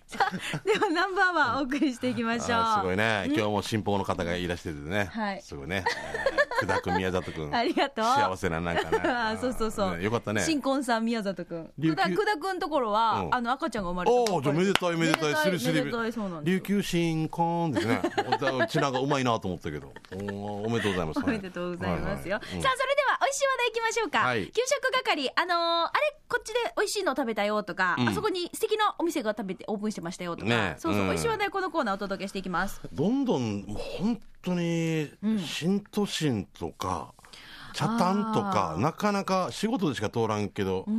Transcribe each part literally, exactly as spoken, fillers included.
ではナンバーワンお送りしていきましょう。 すごいね、今日も新報の方がいらしててね、 はい、 すごいね、久田君宮里君ありがとう、 幸せななんかねあそうそうそう、 ね、よかったね。 新婚さん宮里君、久田久田君のところは、うん、あの赤ちゃんが生まれた。 おお、じゃあめでたいめでたい、すりすり琉球新婚ですねちながうまいなと思ったけど、お, おめでとうございます。 おめでとうございますよ、はいはい、うん、さあそれでは美味しい話題いきましょうか、はい、給食係、あのー、あれこっちで美味しいの食べたよとか、うん、あそこに素敵なお店が食べてオープンしてましたよとか、ね、そうそう、うん、美味しい話題このコーナーお届けしていきます。 どんどん本当に新都心とか、うん、北谷とかなかなか仕事でしか通らんけど、うん、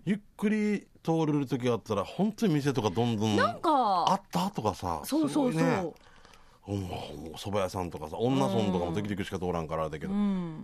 ゆっくり通れる時があったら本当に店とかどんどんなんかあったとかさ、 そうそうそう、ね、 お蕎麦屋さんとかさ、女村とかも時々しか通らんからだけど、うん、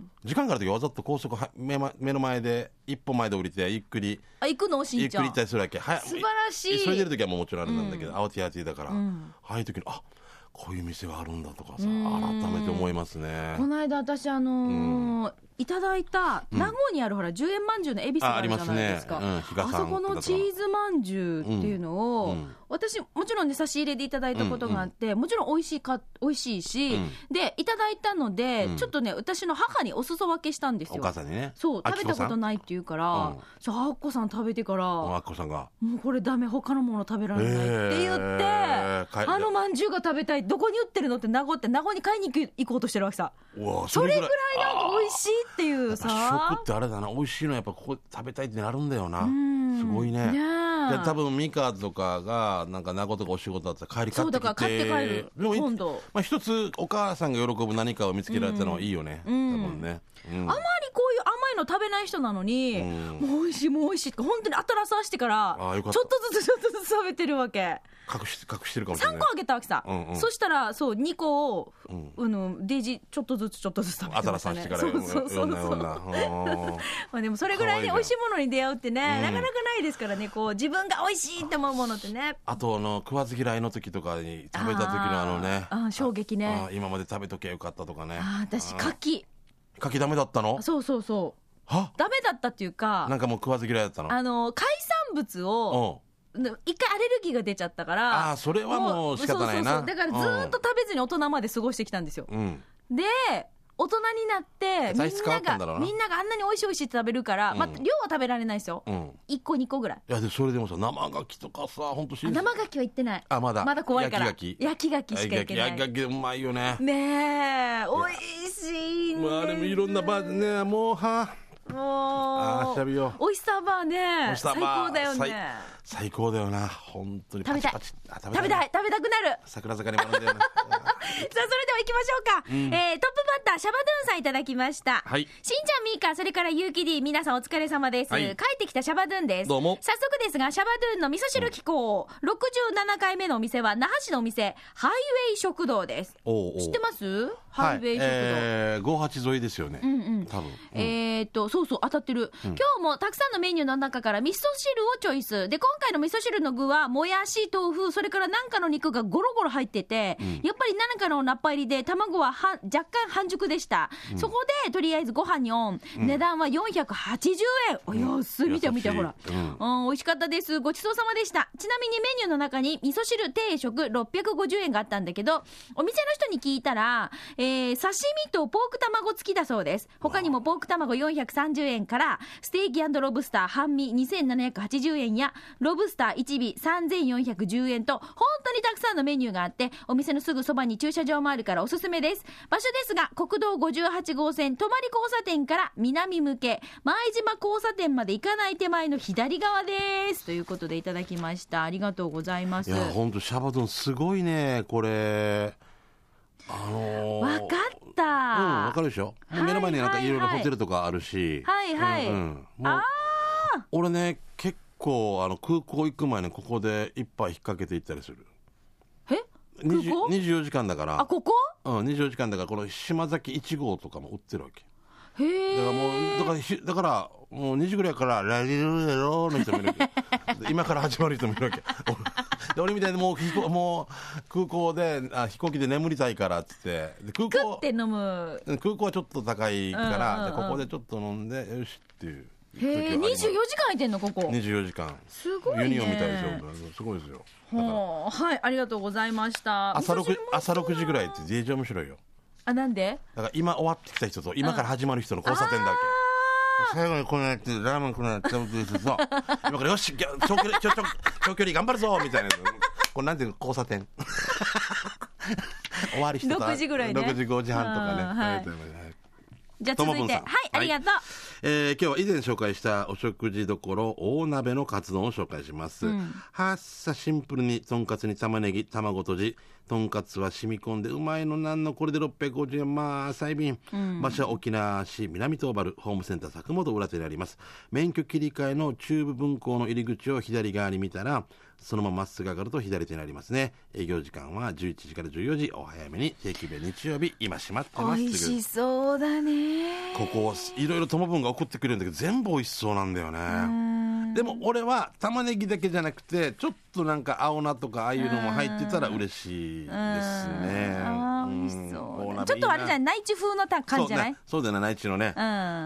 時間がある時はわざと高速は 目, 目の前で一歩前で降りてゆっくりあ行くのしんちゃんゆっくり行ったりするわけ。は素晴らしい。 急いでる時はもちろんあれなんだけど、うん、慌て慌てだから、うん、ああいう時にあこういう店があるんだとかさ、改めて思いますね。 この間私あのーうん、いただいた名護にあるほらじゅうえんまんじゅうの恵比寿があるじゃないですか。 あ, あ, す、ねうん、あそこのチーズまんじゅうっていうのを、うん、私もちろんね差し入れでいただいたことがあって、うんうん、もちろん美味しいか美味しいし、うん、でいただいたので、うん、ちょっとね私の母にお裾分けしたんですよ。 お母さんにね。 そう食べたことないって言うから、うん、じゃああっこさん食べてから、 あっこさんがもうこれダメ他のもの食べられないって言って、えー、あのまんじゅうが食べたい、どこに売ってるのって名護って名護に買いに行こうとしてるわけさ。それぐらいなんか美味しいっていうさ、 食ってあれだな、美味しいのはやっぱここ食べたいってなるんだよな。すごいね。で多分ミカとかがなんか名護とかお仕事だったら帰り買ってきて、そうだから買って帰る今度、まあ、一つお母さんが喜ぶ何かを見つけられたのはいいよね、うん、多分ね、うん、あまりこういう甘いの食べない人なのに、うん、もう美味しいもう美味しいって本当に当たらさしてからちょっとずつちょっとずつ食べてるわけ。 隠し、隠してるかもしれない。 さんこあげたわけさ、うんうん、そしたらそうにこを、うん、デージちょっとずつちょっとずつ食べてましたね。 当たらさしてからそうそうそうそうまあでもそれぐらいに美味しいものに出会うってね、うん、なかなかないですからね、こう自分が美味しいって思うものってね。 あとあの食わず嫌いの時とかに食べた時のあのね、 ああ衝撃ね、 あ今まで食べときゃよかったとかね。 あ私牡蠣牡蠣ダメだったの？ そうそうそう、はダメだったっていうか、 なんかもう食わず嫌いだったの？あの海産物を一回アレルギーが出ちゃったから、 あそれはもう仕方ないな。 そうそうそう、だからずっと食べずに大人まで過ごしてきたんですよ、うん、で大人になってみんながみんながあんなに美味しい美味しいって食べるから、うん、まあ、量は食べられないですよ、うん、いっこにこぐらい。いやでそれでもさ生牡蠣とかさ本当生牡蠣は言ってない。 あまだまだ怖いから焼き牡蠣焼き牡蠣しかいけない。 焼き牡蠣うまいよね。 ねえ美味しいね。 あれもいろんなバーね、もうはもうあしゃべようオイスターバーね最高だよね。 最高だよな本当に。 食べたい食べたい食べたくなる。 桜坂にもあるんだよなさあそれでは行きましょうか、うん、えー、トップバッターシャバドゥンさんいただきました、はい、しんちゃんみーかそれからゆうき D 皆さんお疲れ様です、はい、帰ってきたシャバドゥンです。 どうも。 早速ですがシャバドゥンの味噌汁機構、うん、ろくじゅうななかいめのお店は那覇市のお店ハイウェイ食堂です。おうおう知ってます？ハイウェイ食堂、はい、えー、 ごじゅうはち沿いですよね、うんうん、多分、うん、 えー、っとそうそう当たってる、うん、今日もたくさんのメニューの中から味噌汁をチョイスで、今回の味噌汁の具はもやし豆腐それから何かの肉がゴロゴロ入ってて、うん、やっぱり何かのナッパ入りで卵はは若干半熟でした、うん、そこでとりあえずご飯にオン、うん、値段はよんひゃくはちじゅうえん、うん、お安い。見て見てほら、うんうん、美味しかったです。ごちそうさまでした。ちなみにメニューの中に味噌汁定食ろっぴゃくごじゅうえんがあったんだけど、お店の人に聞いたら、えー、刺身とポーク卵付きだそうです。他にもポーク卵よんひゃくさんじゅうえんからステーキ&ロブスター半身にせんななひゃくはちじゅうえんやロブスターいち尾さんぜんよんひゃくじゅうえんと本当にたくさんのメニューがあって、お店のすぐそばに駐車場もあるからおすすめです。場所ですが国道ごじゅうはちごうせん泊交差点から南向け前島交差点まで行かない手前の左側ですということでいただきました。ありがとうございます。 いや本当シャバドゥンすごいねこれ。あのー、分かった、 うん分かるでしょ、はい、目の前になんかいろいろホテルとかあるし、 はいはい、うんうん、もうあ俺ね結構あの空港行く前にここで一杯引っ掛けて行ったりする。 え空港にじゅうよじかんだからあここ、 うん、にじゅうよじかんだからこの島崎いち号とかも売ってるわけ。 へえ。 だからもうだからだからもうにじぐらいからラリルレロの人もいるわけ今から始まる人もいるわけで俺みたいにもうもう空港であ飛行機で眠りたいからっつってで空港食って飲む空港はちょっと高いから、うんうんうん、でここでちょっと飲んでよしっていうへえ、にじゅうよじかん空いてんのここ。 にじゅうよじかん。 すごいね。 ユニオンみたいですよ。すごいですよ。 はあ、はい、ありがとうございました。 朝ろく朝ろくじぐらいって ディージェー 面白いよ。 あ、なんで？ だから今終わってきた人と今から始まる人の交差点だけ。最後にこのやってラーメンこのやって食べてると今からよし長距離長長距離頑張るぞみたいな。これなんていうの交差点。終わり人とろくじぐらいね。 ろくじごじはんとかね。はい、 じゃあ続いて、はい、ありがとう。 えー、今日は以前紹介したお食事どころ大鍋のカツ丼を紹介します、うん、はっさシンプルにとんかつに玉ねぎ卵とじとんかつは染み込んでうまいのなんのこれでろっぴゃくごじゅうえんまあ細便、うん、場所は沖縄市南東原ホームセンター佐久本裏手にあります。免許切り替えの中部分校の入り口を左側に見たらそのまままっすぐ上がると左手にありますね。営業時間はじゅういちじからじゅうよじ。お早めに。定休日日曜日今閉まってます。 美味しそうだね。 ここいろいろ友分が送ってくれるんだけど全部美味しそうなんだよね。でも俺は玉ねぎだけじゃなくてちょっとなんか青菜とかああいうのも入ってたら嬉しいですね。 あ、美味しそう。ちょっとあれじゃない、内地風の感じじゃない？ そうだよね、内地のね、 うん、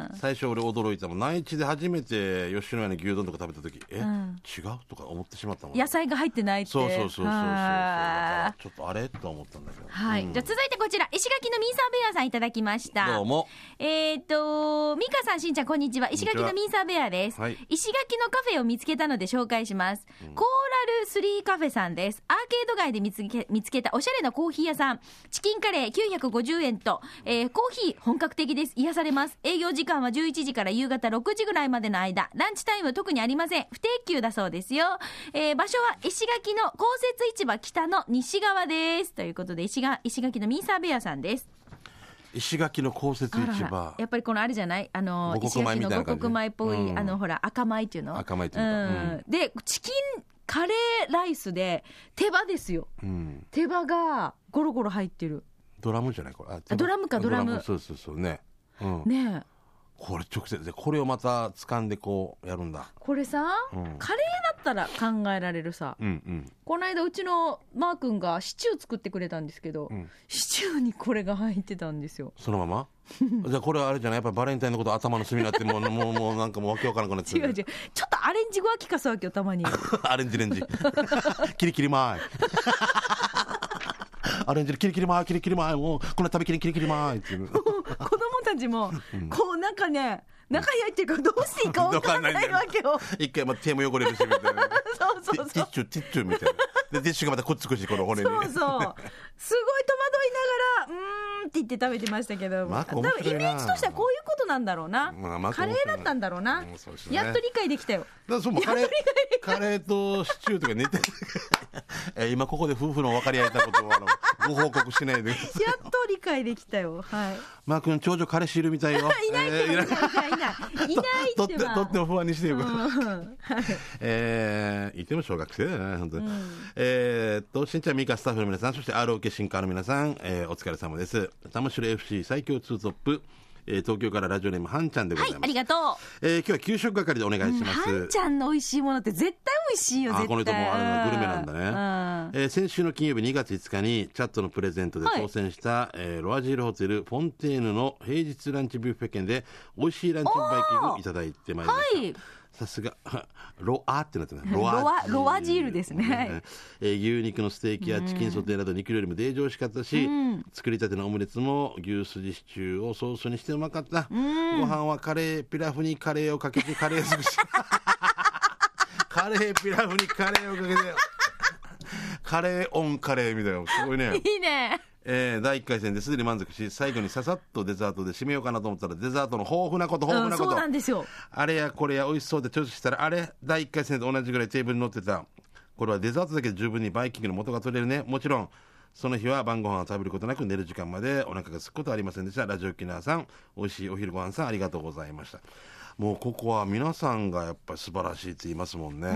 最初俺驚いたもん。内地で初めて吉野家の牛丼とか食べた時え、うん、違うとか思ってしまったもん。 野菜が入ってないって。 そうそうそうそうそう。だからちょっとあれと思ったんだけど。 はい、うん、じゃあ続いてこちら石垣のミーサーベアさんいただきました。 どうも。 えっとミカさん、しんちゃんこんにちは。石垣のミーサーベアです、はい、石垣のカフェを見つけたので紹介します、うん、コーラルスリーカフェさんです。アーケード街で見つけ、見つけたおしゃれなコーヒー屋さん。チキンカレーきゅうひゃくごじゅうえんと、えー、コーヒー本格的です。癒されます。営業時間はじゅういちじから夕方ろくじぐらいまでの間。ランチタイムは特にありません。不定休だそうですよ。えー、場所は石垣の公設市場北の西側です。ということで 石, が石垣のミーサーベアさんです。 石垣の公設市場、 やっぱりこのあれじゃない、あの石垣の五穀米っぽい、うん、あのほら赤米っていうの、 赤米っていうか、うん、 でチキンカレーライスで手羽ですよ、うん、手羽がゴロゴロ入ってる。 ドラムじゃないこれ。 あドラムかドラム。 そうそうそうね、うん、 ねえこれ直接でこれをまた掴んでこうやるんだ。 これさ、うん、カレーだったら考えられるさ、うんうん、この間うちのマー君がシチュー作ってくれたんですけど、うん、シチューにこれが入ってたんですよ。 そのままじゃあこれはあれじゃない、やっぱりバレンタインのこと頭の隅になってもうもうもうなんかもうわけわからなくなって違う違う、ちょっとアレンジ語は聞かすわけよたまにアレンジレンジキリキリマイアレンジキリキリマイキリキリマイもうこんな食べきりキリキリマイっていう子供たちもこうなんかね中に入ってるからどうしていいか分からないわけよ。 一回まあ手も汚れるしみたいなそうそうそうティッチュティッチュみたいなでティッシュがまたくっつくしこの骨にそうそうすごい戸惑いながらうーんって言って食べてましたけど、まあ、多分イメージとしてはこういうことなんだろうな、まあまあ、カレーだったんだろうな、うんそうですね、やっと理解できたよ。 だからそうもカレーカレーとシチューとか似てるえ今ここで夫婦の分かり合えたことをあのご報告しないでやっと理解できたよ。はい。 マー君長女彼氏いるみたいよいないって、えー、いないいないいないいないとってとっても不安にしてるから、うんはい、えー、言っても小学生だよね本当に、うん、えー、っとしんちゃんミカスタッフの皆さんそして アールオーケー 新川の皆さん、えー、お疲れ様です。玉城 エフシー 最強ツートップ、えー、東京からラジオネームハンちゃんでございます。 はい、ありがとう。 えー、今日は給食係でお願いします。 うん、ハンちゃんの美味しいものって絶対美味しいよ。絶対。 あこの人もあれのグルメなんだね、うんえー、先週の金曜日にがついつかにチャットのプレゼントで当選した、はいえー、ロアジールホテルフォンテーヌの平日ランチビュッフェ券で美味しいランチバイキングいただいてまいりました。はいさすがロアってなってますロアロアジールですね、 えー、牛肉のステーキやチキンソテーなど肉料理もデージ美味しかったし、うん、作りたてのオムレツも牛すじシチューをソースにしてうまかった、うん、ご飯はカレーピラフにカレーをかけてカレー尽くしカレーピラフにカレーをかけてカレーオンカレーみたいなすごいねいいね。 えー、だいいっかい戦ですでに満足し最後にささっとデザートで締めようかなと思ったらデザートの豊富なこと豊富なこと、うん、そうなんですよ。あれやこれや美味しそうでチョイスしたらあれだいいっかい戦と同じぐらいテーブルに乗ってた。これはデザートだけで十分にバイキングの元が取れるね。もちろんその日は晩ご飯を食べることなく寝る時間までお腹がすくことはありませんでした。ラジオ沖縄さん美味しいお昼ご飯さんありがとうございました。もうここは皆さんがやっぱり素晴らしいって言いますもんね。うん、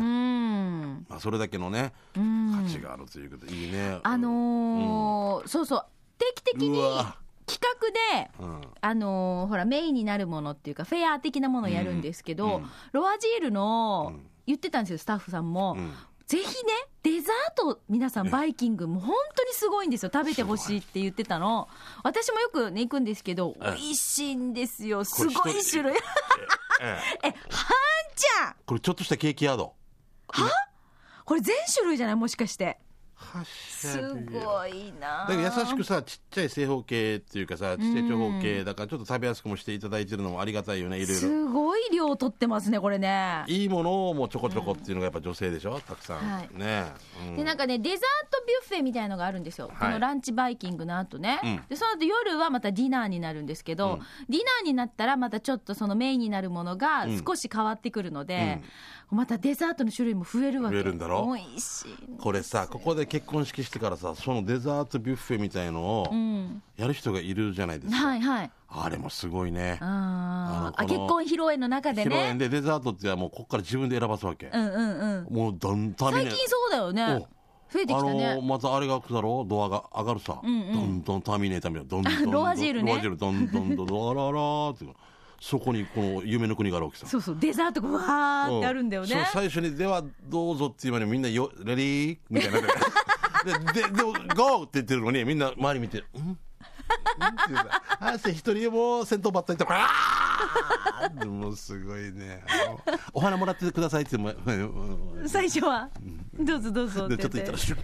まあ、それだけのね価値があるということでいいね。 あのーうん、そうそう定期的に企画で、うん、あのー、ほらメインになるものっていうかフェア的なものをやるんですけど、うん、ロアジールの、うん、言ってたんですよスタッフさんも、うん、ぜひねデザート皆さんバイキングも本当にすごいんですよ。食べてほしいって言ってたの。私もよく、ね、行くんですけど美味しいんですよ。すごい種類ええ、はんちゃん、 これちょっとしたケーキヤード。 はこれ全種類じゃない、もしかして。 すごいな。 だから優しくさ、ちっちゃい正方形っていうかさ、ちっちゃい長方形だからちょっと食べやすくもしていただいてるのもありがたいよね。いろいろすごい量取ってますねこれね。 いいものをもうちょこちょこっていうのがやっぱ女性でしょ、たくさん、はい、ね、 うん、でなんかねデザートビュッフェみたいのがあるんですよ、はい、このランチバイキングの後ね、うん、でその後夜はまたディナーになるんですけど、うん、ディナーになったらまたちょっとそのメインになるものが少し変わってくるので、うん、またデザートの種類も増えるわけ。 増えるんだろ。 おいしい。 これさ、ここで結婚式してからさ、そのデザートビュッフェみたいのをやる人がいるじゃないですか、うん、はいはい。あれもすごいね。 ああ、結婚披露宴の中でね。 披露宴でデザートってもうここから自分で選ばすわけ。 うんうんうん。 もうだんだん最近そうだよね。増えてきたね。 あのまたあれが来たろ、ドアが上がるさ、うんうん、どんどんターミネーターみたいな、どんどんどんロアジールね、 ロアジールどんどんどんどんあららってそこにこの夢の国があるわけさ。 そうそう、デザートがわーってあるんだよね。 最初にではどうぞっていう前にみんなよレディーみたいなでででゴーって言ってるのにみんな周り見てうんうんって言うさ、あー一人も先頭バッターいったらあーもうすごいね。お花もらってくださいっても最初はどうぞどうぞってちょっと言ったらシュッ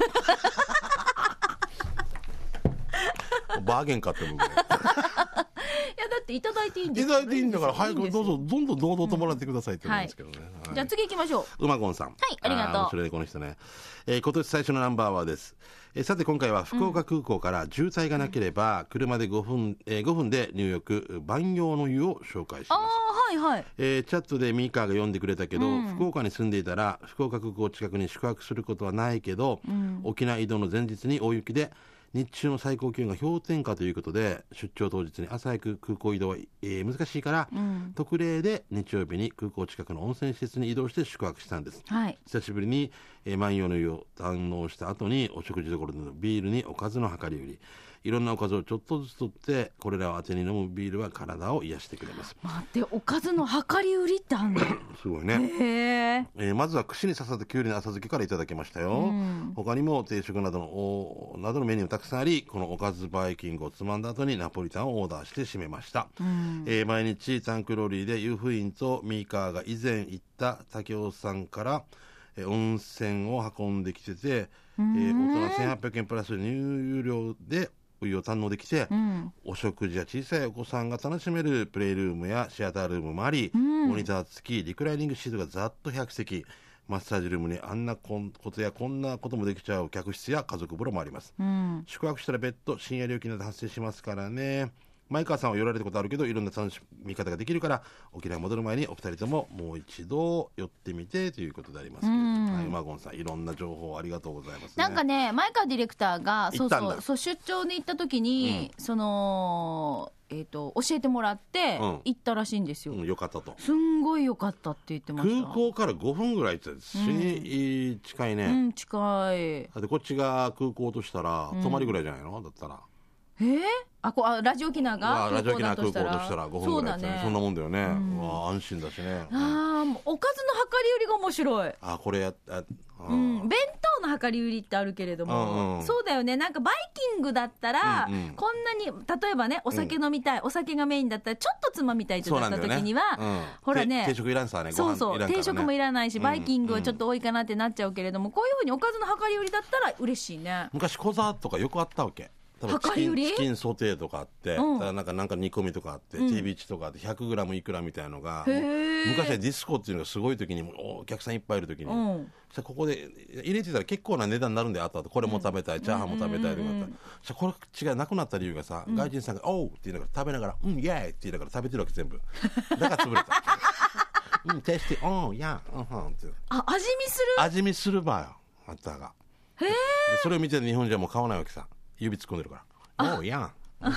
バーゲン買ってもいやだっていただいていいんですいただいていいんだから早くどうぞどんどん堂々ともらってくださいって言うんですけどね、 うんはい、じゃあ次行きましょう。 うまごんさん、 はい、ありがとう。 それでこの人ね、えー、今年最初のナンバーワンです。えー、さて今回は福岡空港から渋滞がなければ車でごふん、えー、ごふんで入浴万葉の湯を紹介します。 あー、はいはい。 えー、チャットでミーカーが呼んでくれたけど、うん、福岡に住んでいたら福岡空港近くに宿泊することはないけど、うん、沖縄移動の前日に大雪で日中の最高気温が氷点下ということで出張当日に朝早く空港移動は、えー、難しいから、うん、特例で日曜日に空港近くの温泉施設に移動して宿泊したんです、はい、久しぶりに、えー、万葉の湯を堪能した後にお食事どころでのビールにおかずの量り売り、いろんなおかずをちょっとずつ取ってこれらを当てに飲むビールは体を癒してくれます。 待って、おかずの量り売りってあんのすごいね。 へー、 えー、まずは串に刺さったきゅうりの浅漬けからいただきましたよ、うん、他にも定食などのおなどのメニューたくさんあり、このおかずバイキングをつまんだ後にナポリタンをオーダーして締めました、うん、えー、毎日タンクローリーで湯布院とミーカーが以前行った武雄さんからえ温泉を運んできてて、えー、大人せんはっぴゃくえんプラス入湯料でお湯を堪能できて、うん、お食事や小さいお子さんが楽しめるプレイルームやシアタールームもあり、うん、モニター付きリクライニングシートがざっとひゃくせき、マッサージルームにあんなことやこんなこともできちゃう客室や家族風呂もあります、うん、宿泊したら別途深夜料金など発生しますからね。前川さんは寄られたことあるけどいろんな楽しみ方ができるから沖縄戻る前にお二人とももう一度寄ってみてということでありますけど、はい、馬ゴンさんいろんな情報ありがとうございます、ね、 なんかね前川ディレクターがそうそうそう出張に行った時に、うん、そのえー、と教えてもらって行ったらしいんですよ、 うんうん、よかったと、 すんごいよかったって言ってました。 空港からごふんぐらい行ってたし、うん、近いね、 うん、近い。 だってこっちが空港としたら泊まりぐらいじゃないの、うん、だったらえー、あこあラジオ沖縄がラジオ沖縄空港としたらごふんぐらい、 そ,、ね、そんなもんだよね、うん、わ安心だしね、 うん、あおかずの量り売りが面白い。 あこれやあうん、弁当の量り売りってあるけれども、うんうん、そうだよね。なんかバイキングだったら、うんうん、こんなに例えばねお酒飲みたい、うん、お酒がメインだったらちょっとつまみたいとなった時には、ねうん、ほらね定食いらんさね、 そうそう、ね、定食もいらないしバイキングはちょっと多いかなってなっちゃうけれども、うん、こういうふうにおかずの量り売りだったら嬉しいね。 昔小座とかよくあったわけ。多分チキン、チキンソテーとかあって、うん、なんかなんか煮込みとかあって、うん、ティービーチとかあって ひゃくグラム いくらみたいなのが昔はディスコっていうのがすごい時にお客さんいっぱいいる時に、うん、ここで入れてたら結構な値段になるんで、あとあとこれも食べたい、うん、チャーハンも食べたいとか、うんうんうん、これ違いなくなった理由がさ、うん、外人さんがおうって言いながら食べながらうんイエーイって言いながら食べてるわけ全部だから潰れたうんテイスティおうやんうんってあ味見する味見するばよあったがへえそれを見て日本人はもう買わないわけさ、指突っ込んでるからおうやんあ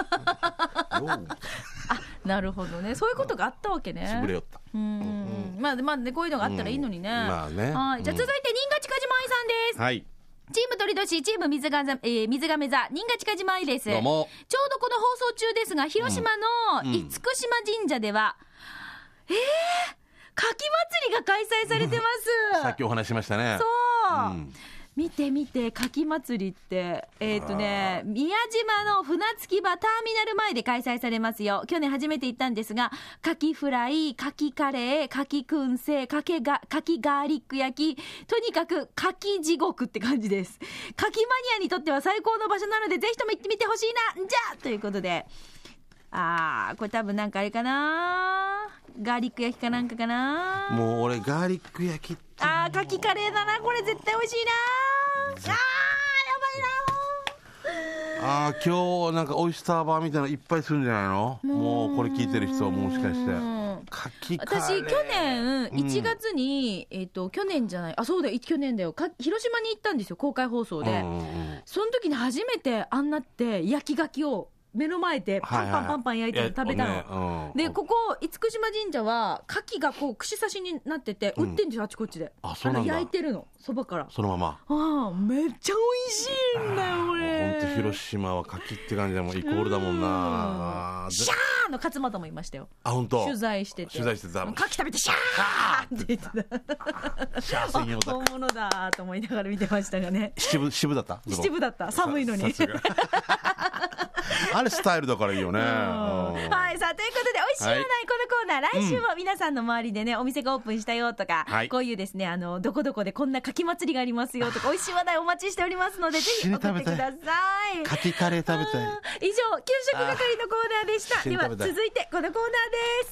なるほどね、そういうことがあったわけね。 潰れよった。うん、 うん、まあまあねこういうのがあったらいいのにね、うん、 まあね。 はい、じゃあ続いて新賀近島愛さんです。 はい。 チーム鳥年チーム水が、えー、水亀座新賀近島愛です。 どうも。 ちょうどこの放送中ですが広島の厳島神社では、うん、えー牡蠣祭りが開催されてます、 うん、さっきお話しましたね。 そう、うん見て見て、かき祭りって、えっとね、宮島の船着き場ターミナル前で開催されますよ。去年初めて行ったんですが、かきフライ、かきカレー、かき燻製、かきが、かきガーリック焼き、とにかくかき地獄って感じです。かきマニアにとっては最高の場所なので、ぜひとも行ってみてほしいな、じゃあということで、あー、これ多分なんかあれかな、ガーリック焼きかなんかかな。 もう俺ガーリック焼きって、 あー、かきカレーだな、これ絶対美味しいな。あー、やばいな。 あー、今日なんかオイスターバーみたいなのいっぱいするんじゃないの。もうこれ聞いてる人はもしかしてかきカレー。 私去年いちがつに、うん、えっ、ー、と去年じゃない、あ、そうだよ、去年だよ、か広島に行ったんですよ、公開放送で、うんうんうん、その時に初めてあんなって焼き牡蠣を目の前でパンパンパンパン焼いて食べたの、はいはい、でここ厳島神社は牡蠣がこう串刺しになってて売ってんですよ、うん、あちこちで。あ、そうなんだ。焼いてるの、そばからそのまま。 あ、めっちゃ美味しいんだよこれ。 本当広島は牡蠣って感じでもイコールだもんな。 シャーの勝俣もいましたよ。 あ、本当。 取材してて取材してた。 牡蠣食べてシャーって言ってた。シャー専用だ。本物だと思いながら見てましたがね。 七分七分だった。 七分だった。寒いのに。 あれスタイルだからいいよね。 はい、さあということで、おいしい話題、このコーナー、来週も皆さんの周りでね、お店がオープンしたよとか、はい、こういうですね、あのどこどこでこんな牡蠣祭りがありますよとか、おいしい話題お待ちしておりますので、ぜひ送ってください。 牡蠣カレー食べたい。 以上、給食係のコーナーでした。では続いてこのコーナーです。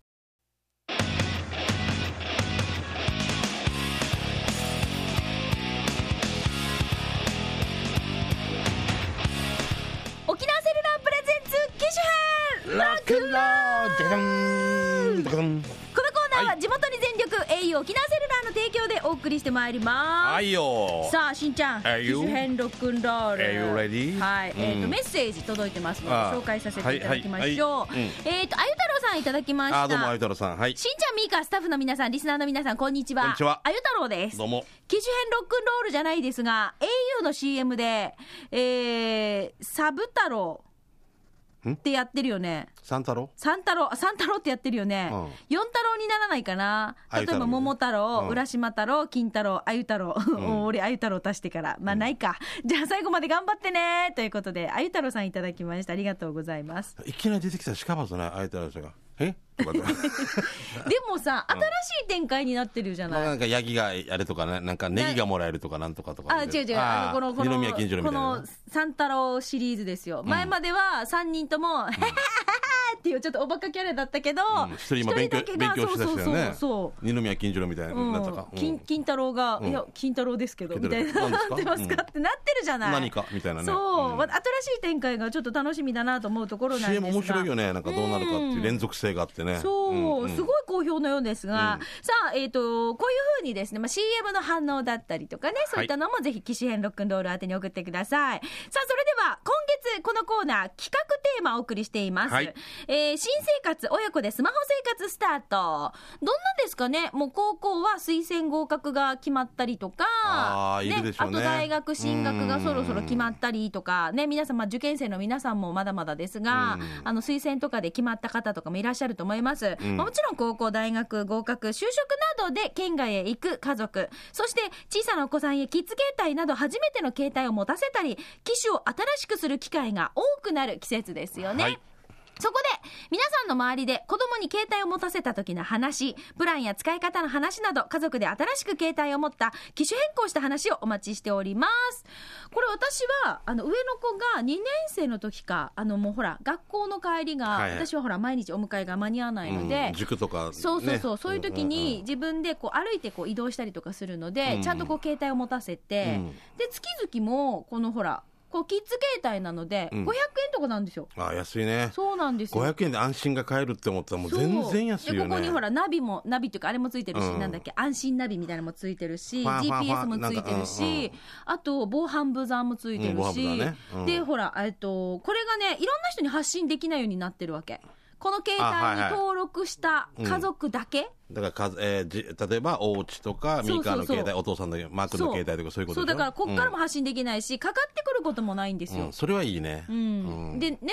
沖縄セルラープレゼンツ機種編ロックンロール。このコーナーは地元に全力、はい、au 沖縄セルラーの提供でお送りしてまいります。はいよ。さあしんちゃん、機種編ロックンロール、 Are you ready? はい、うん、えーとメッセージ届いてますので紹介させていただきましょう。はいはいはい、えーとあゆ太郎さんいただきました。 あ、どうもあゆ太郎さん。はい、 しんちゃん、みーか、スタッフの皆さん、リスナーの皆さん、こんにちは。こんにちは。あゆ太郎です。 どうも。 機種編ロックンロールじゃないですが、 au の シーエム で、えー、サブ太郎ってやってるよね。 三太郎三太郎三太郎ってやってるよね、うん、四太郎にならないかな。例えば桃太郎、うん、浦島太郎、金太郎、あゆ太郎、うん、俺あゆ太郎足してからまあないか、うん、じゃあ最後まで頑張ってねということで、あゆ太郎さんいただきました。ありがとうございます。 いきなり出てきたしかばずないあゆ太郎さんがえでもさ、新しい展開になってるじゃない、 まあ、なんかヤギがあれとかね、なんかネギがもらえるとかなんとかとか、 あ、違う違う、あのこのこの二宮金次郎みたいな、 この三太郎シリーズですよ、うん、前まではさんにんとも、うん、っていうちょっとおバカキャラだったけど、 うん、一人今勉強勉強しだしたよね。そうそうそう、二宮金次郎みたいな、うん、なったか、 うん、金, 金太郎が、うん、いや金太郎ですけどみたいな、なってますか、うん、ってなってるじゃない。 何かみたいなね。 そう、うん、新しい展開がちょっと楽しみだなと思うところなんですが、 シーエム面白いよね。なんかどうなるかっていう連続性があってね、 そう、うんうん、すごい好評のようですが、うん、さあ、えーと、こういう風にですね、まあ、シーエム の反応だったりとかね、そういったのもぜひ機種編ロックンロール宛てに送ってください。さあ、それでは今月このコーナー企画テーマをお送りしています、はい、えー、新生活親子でスマホ生活スタート。どんなんですかね。もう高校は推薦合格が決まったりとか、 あ、ね、いるでしょうね。 あと大学進学がそろそろ決まったりとかね、皆さん、まあ、受験生の皆さんもまだまだですが、あの推薦とかで決まった方とかもいらっしゃると思います、まあ、もちろん高校大学合格、就職などで県外へ行く家族、そして小さなお子さんへキッズ携帯など初めての携帯を持たせたり、機種を新しくする機会が多くなる季節ですよね、はい。そこで皆さんの周りで子供に携帯を持たせた時の話、プランや使い方の話など、家族で新しく携帯を持った機種変更した話をお待ちしております。これ私はあの上の子がにねん生の時か、あのもうほら学校の帰りが、はいはい、私はほら毎日お迎えが間に合わないので、 うん、塾とか、ね、 そうそうそう、そういう時に自分でこう歩いてこう移動したりとかするので、うん、ちゃんとこう携帯を持たせて、うん、で月々もこのほらこうキッズ携帯なのでごひゃくえんとかなんですよ、 うん、あ、安いね。 そうなんですよ。 ごひゃくえんで安心が買えるって思ったらもう全然安いよね。 でここにほらナビも、ナビっていうかあれもついてるし、うん、なんだっけ、安心ナビみたいなのもついてるし、 ジーピーエス もついてるし、うんうん、あと防犯ブザーもついてるし、うんね、うん、でほら、えっと、これがねいろんな人に発信できないようになってるわけ。この携帯に登録した家族だけ、はいはい、うん、だからか、 えー、じ例えばお家とかミカの携帯、お父さんのマークの携帯とかそういうことでしょ。 そうだからこっからも発信できないし、うん、かかってくることもないんですよ、 うん、それはいいね、 うんうん、でネットを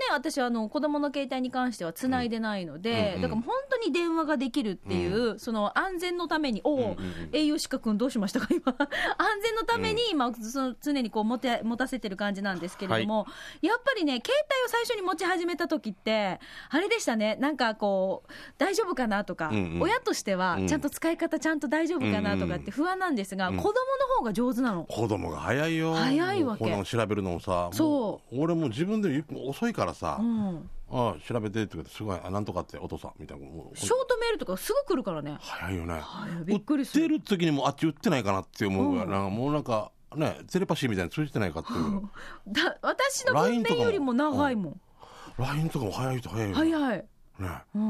私はあの子供の携帯に関してはつないでないので、うんうん、だから本当に電話ができるっていう、うん、その安全のために、おお、うんうんうん、栄養士かくんどうしましたか今安全のために今、うん、その常にこう持て持たせてる感じなんですけれども、はい、やっぱりね携帯を最初に持ち始めた時ってあれでしたね、なんかこう大丈夫かなとか、うんうん、親としてはちゃんと使い方ちゃんと大丈夫かなとかって不安なんですが、うんうん、子供の方が上手なの。 子供が早いよ。 早いわけ。 この調べるのもさ、そうもう俺も自分で遅いからさ、うん、ああ調べてって言ってすごいあなんとかってお父さんみたいなショートメールとかすぐ来るからね。 早いよね。 びっくりする。 売ってる時にもあっち売ってないかなって思うから、うん、なんかもうなんかねテレパシーみたいに通じてないかっていうだ私の文面よりも長いもん。 ライン とかも早いと早いよ早いね、うん、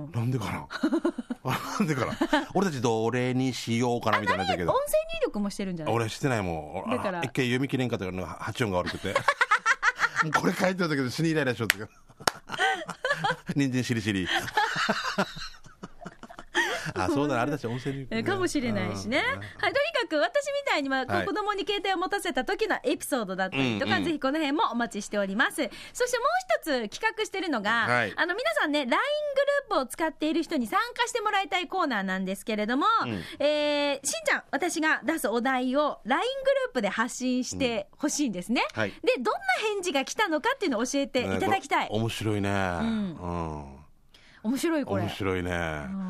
なんでかななんでかな俺たちどれにしようかなみたいなんだけど、 音声入力もしてるんじゃない？ 俺してないもん。だから一回読み切れんかったから発音が悪くてこれ書いてあったけど死にイライラしよったけど人参しりしりあ、そうだ、あれだし音声に、 ね、かもしれないしね、はい、とにかく私みたいに、まあ、はい、子供に携帯を持たせた時のエピソードだったりとか、うんうん、ぜひこの辺もお待ちしております。そしてもう一つ企画してるのが、はい、あの皆さんね ライン グループを使っている人に参加してもらいたいコーナーなんですけれども、うん、えー、しんちゃん私が出すお題を ライン グループで発信してほしいんですね、うん、はい、でどんな返事が来たのかっていうのを教えていただきたい、 ね、面白いね、うん、うん、 面白いこれ面白いね、うん、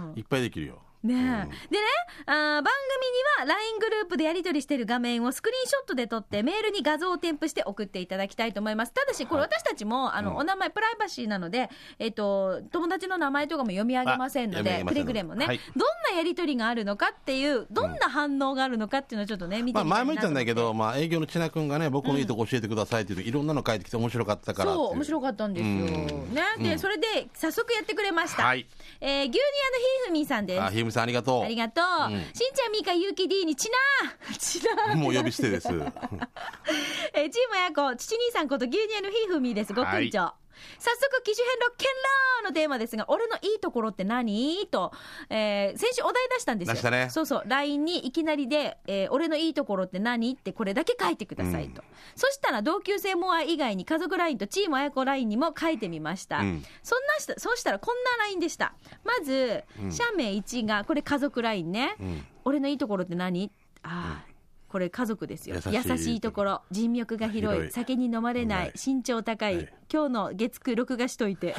いっぱいできるよねえ、うん、でね、あ番組には ライン グループでやり取りしている画面をスクリーンショットで撮ってメールに画像を添付して送っていただきたいと思います。ただしこれ私たちも、はい、あの、うん、お名前プライバシーなので、えっと、友達の名前とかも読み上げませんのでくれぐれもね、はい、どんなやり取りがあるのかっていうどんな反応があるのかっていうのをちょっとね見てみたいなと思って、まあ、前も言ったんだけど、まあ、営業の千奈君がね僕のいいとこ教えてくださいって言うと、うん、いろんなの書いてきて面白かったからっていう。 そう面白かったんですよ、うんね、で、うん、それで早速やってくれました、はい、えー、牛乳屋のひーふみさんです。 あ、ひーふみさんありがとう。 ありがとう、うん、しんちゃんみーかゆうき D にちなちなもう呼び捨てですえチームやこ父兄さんこと牛乳のひーふみです。ごくんちょ、はい、早速機種変ロッケンラーのテーマですが、俺のいいところって何と、えー、先週お題出したんですよ。出したね。そうそう ライン にいきなりで、えー、俺のいいところって何ってこれだけ書いてくださいと、うん、そしたら同級生モア以外に家族 ライン とチームあやこ ライン にも書いてみました、うん、そんなしたそうしたらこんな ライン でした。まず、うん、社名いちがこれ家族 ライン ね、うん、俺のいいところって何、あ、うん、これ家族ですよ。優しい、優しいところ、人脈が広い、広い、酒に飲まれない、身長高い、はい、今日の月9録画しといて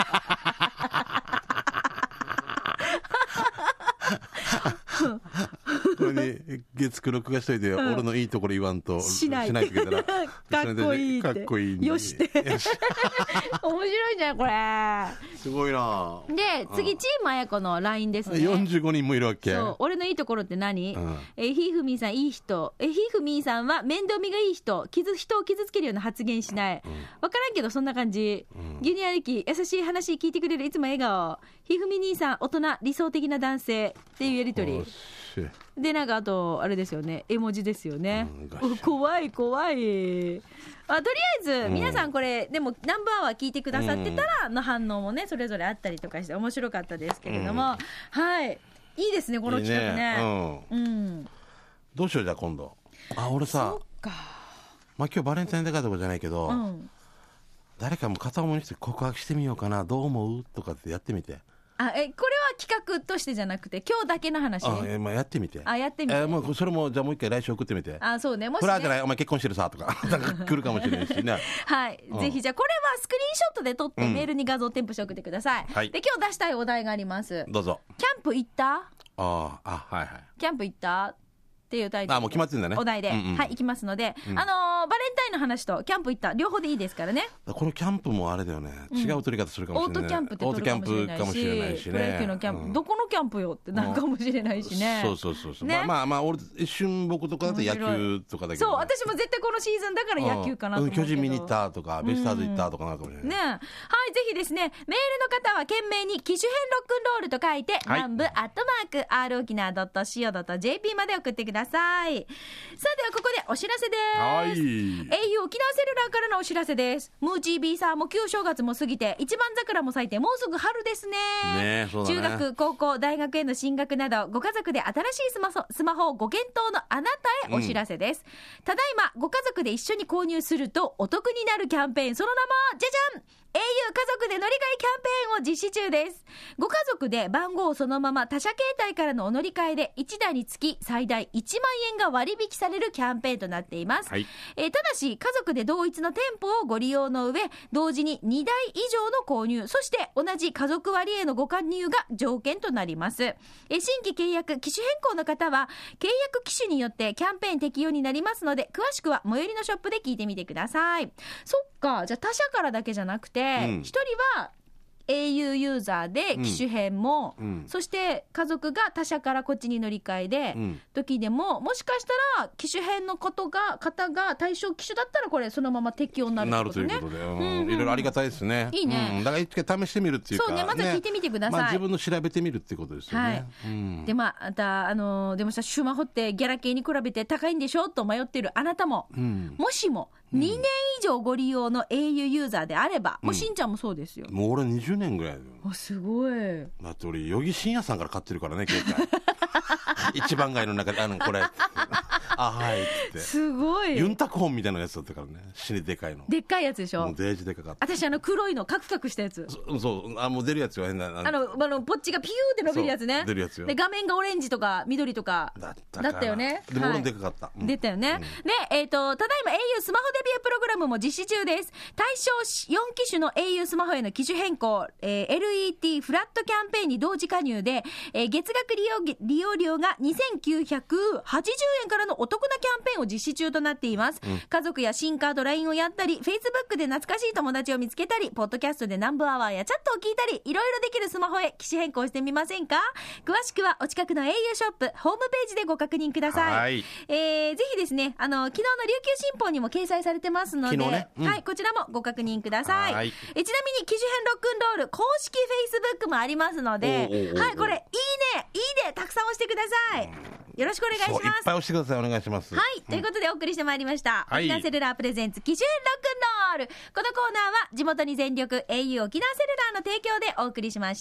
これに月9録画しといて、うん、俺のいいところ言わんとしないといけないかっこいいってかっこいいよして面白いじゃんこれ。 すごいな。 で次、うん、チームあやこの ライン ですね。 よんじゅうごにんもいるわけ。 そう俺のいいところって何、うん、えひふみーさんいい人、えひふみーさんは面倒見がいい人、傷人を傷つけるような発言しない、うん、分からんけどそんな感じ、うん、牛乳歩き優しい話聞いてくれるいつも笑顔、ひふみ兄さん大人理想的な男性っていうやりとりで、なんかあとあれですよね、絵文字ですよね、うん、怖い怖い。あとりあえず皆さんこれ、うん、でもナンバーは聞いてくださってたらの反応もねそれぞれあったりとかして面白かったですけれども、うん、はいいいですねこの企画ね。いいね、うんうん、 どうしようじゃあ今度。あ俺さそっか、まあ、今日バレンタインデーとかじゃないけど、うん、誰かも片思いにして告白してみようかなどう思うとかってやってみて。 あえこれは企画としてじゃなくて今日だけの話。 あ、えまあ、やってみて。 あやってみて、 えー、もうそれもじゃあもう一回来週送ってみて。 あそうね、もしねフラーじゃないお前結婚してるさとかなんか来るかもしれないしねはい、うん、ぜひじゃあこれはスクリーンショットで撮ってメールに画像添付して送ってください、うん、はい、で今日出したいお題があります。 どうぞ。 キャンプ行った？ ああはいはい。 キャンプ行ったっていうタイトル。 あもう決まってるんだね。 お題で、うんうん、はい行きますので、うん、あのー、バレンタインの話とキャンプ行った両方でいいですからね。 このキャンプもあれだよね、うん、違う取り方するかもしれない。 オートキャンプって取るかもしれないし、オートキャンプかもしれないしね、プロ野球のキャンプ、うん、どこのキャンプよってなるかもしれないしね、 うん、そうそうそうそう、ね、まあまあまあ俺一瞬僕とかだと野球とかだけど、 そう私も絶対このシーズンだから野球かなと思うけど、うん、 巨人見に行ったとかベイスターズ行ったとかなるかもしれない、 ね、はいぜひですねメールの方は懸命に機種変ロックンロールと書いて、はい、南部アットマーク r 沖縄 .co.jp まで送ってください。さあではここでお知らせです。はい、 エーユー 沖縄セルラーからのお知らせです。ムーチー B さんも旧正月も過ぎて一番桜も咲いてもうすぐ春ですね。 ね、そうだね。 中学、高校、大学への進学などご家族で新しいスマホ、スマホをご検討のあなたへお知らせです、うん、ただいまご家族で一緒に購入するとお得になるキャンペーン、その名もじゃじゃん、エーユー 家族で乗り換えキャンペーンを実施中です。ご家族で番号をそのまま他社携帯からのお乗り換えでいちだいにつき最大いちまんえんが割引されるキャンペーンとなっています、はい。えー、ただし家族で同一の店舗をご利用の上同時ににだい以上の購入、そして同じ家族割へのご加入が条件となります。えー、新規契約機種変更の方は契約機種によってキャンペーン適用になりますので、詳しくは最寄りのショップで聞いてみてください。そっか、じゃあ他社からだけじゃなくて、うん、一人は エーユー ユーザーで機種変も、うん、そして家族が他社からこっちに乗り換えで、うん、時でももしかしたら機種変のことが方が対象機種だったらこれそのまま適用になるってことね。 なるということで、うんうん、いろいろありがたいですね。 いいね、 うん、だから一回試してみるっていうか、 そうね、まず聞いてみてください、 ね、まあ、自分の調べてみるっていうことですよね、はい。うん、 でまあ、またあのー、でもさスマホってギャラ系に比べて高いんでしょと迷っているあなたも、うん、もしもにねん以上ご利用の エーユー ユーザーであれば、うん、もうしんちゃんもそうですよ。 もう俺にじゅうねんぐらいだよ。 あ、すごい。 だって俺余木真也さんから買ってるからね、携帯一番街の中であのこれあ、はいってすごい。 ユンタクホンみたいなやつだったからね、死にでかいの、 でっかいやつでしょ。 もうデージでかかった。 私あの黒いのカクカクしたやつ、 そそうあもう出るやつよ、変なあのあのポッチがピューって伸びるやつね。 出るやつよ。 で画面がオレンジとか緑とかだっただったよね。 でも俺もでかかった、 はい、うん、出たよね、うん、で、えーと、ただいま エーユー スマホデビュープログラムも実施中です。対象よん機種の エーユー スマホへの機種変更、えー、エルイーティー フラットキャンペーンに同時加入で、えー、月額利用、利用料がにせんきゅうひゃくはちじゅうえんからのお得なキャンペーンを実施中となっています、うん、家族や新カード ライン をやったり Facebook で懐かしい友達を見つけたりポッドキャストで南部アワーやチャットを聞いたり、いろいろできるスマホへ機種変更してみませんか。詳しくはお近くの エーユー ショップホームページでご確認ください。はい、えー、ぜひですね、あの昨日の琉球新報にも掲載されてますので、ね、うん、はい、こちらもご確認ください。はい、えちなみに機種変ロックンロール公式 Facebook もありますので、はい、これいいねいいねたくさん押してください。よろしくお願いします。 いっぱい押してください。お願いします。 はい、うん、ということでお送りしてまいりました、はい、沖縄セルラープレゼンツ機種変ロックンロール。このコーナーは地元に全力 エーユー 沖縄セルラーの提供でお送りしました。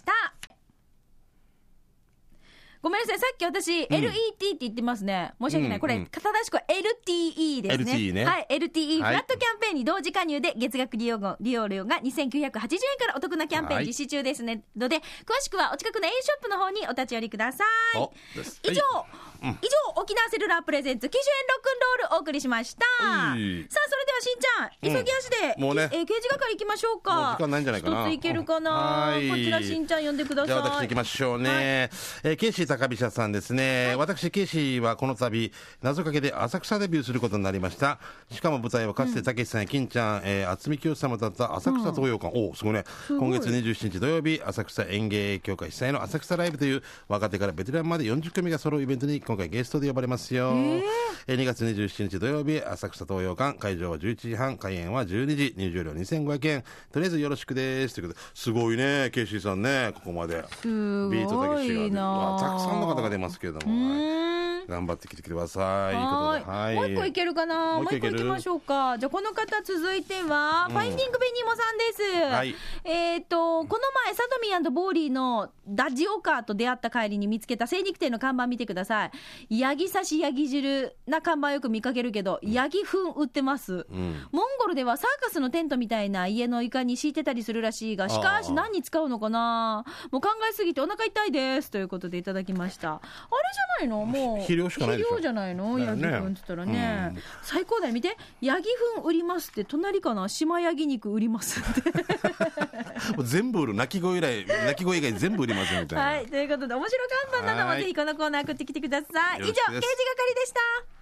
ごめんなさい、さっき私、うん、エルイーティー って言ってますね。申し訳ない。これ、うんうん、正しくは エルティーイー ですね。エルティーイー ね。はい、エルティーイー フラットキャンペーンに同時加入で、月額利用後、利用料がにせんきゅうひゃくはちじゅうえんからお得なキャンペーン実施中ですね。ので、詳しくはお近くの エーユー ショップの方にお立ち寄りください。以上、はい、以上、沖縄セルラープレゼンツ機種変ロックンロールお送りしました。さあ、それではしんちゃん、急ぎ足で、うん、もうね、えー、刑事係行きましょうか。 もう時間ないんじゃないかな。 一ついけるかな。はい、こちらしんちゃん呼んでください。 じゃあ私行きましょうね。はい、えー、ケイシー高飛車さんですね。はい、私ケイシーはこの度謎かけで浅草デビューすることになりました。しかも舞台はかつてたけしさんや金ちゃん、えー、渥美清さんもだった浅草東洋館、うん、おすごいね。今月にじゅうしちにち土曜日、浅草演芸協会主催の浅草ライブという若手からベテランまでよんじゅっくみが揃うイベントに今回ゲストで呼ばれますよ。えー、にがつにじゅうしちにち土曜日、浅草東洋館、会場はじゅういちじはん、開演はじゅうにじ、入場料にせんごひゃくえん。とりあえずよろしくですということで、すごいねケイシーさんね、ここまでビートたけしがたくさんの方が出ますけれども、はい、頑張ってきてください。いいことで、はい、 もう一個いけるかな。もう一個いきましょうか。じゃあこの方続いては、うん、ファインディングベニモさんです、はい、えっ、ー、とこの前サトミー&ボーリーのダジオカーと出会った帰りに見つけた精肉店の看板見てください。ヤギ刺しヤギ汁な看板よく見かけるけど、うん、ヤギ糞売ってます、うん、モンゴルではサーカスのテントみたいな家の床に敷いてたりするらしいが、しかし何に使うのかな。もう考えすぎてお腹痛いですということでいただきました。あれじゃないの、もう肥料しかないでしょ。 肥料じゃないの、ヤギ糞って言ったらね、うん、最高だよ。見て、ヤギ糞売りますって、隣かな、島ヤギ肉売りますってもう全部売る、鳴き声以来鳴き声以外全部売りますみたいな。 はい、ということで面白看板などもぜひこのコーナー送ってきてください。以上、刑事係でした。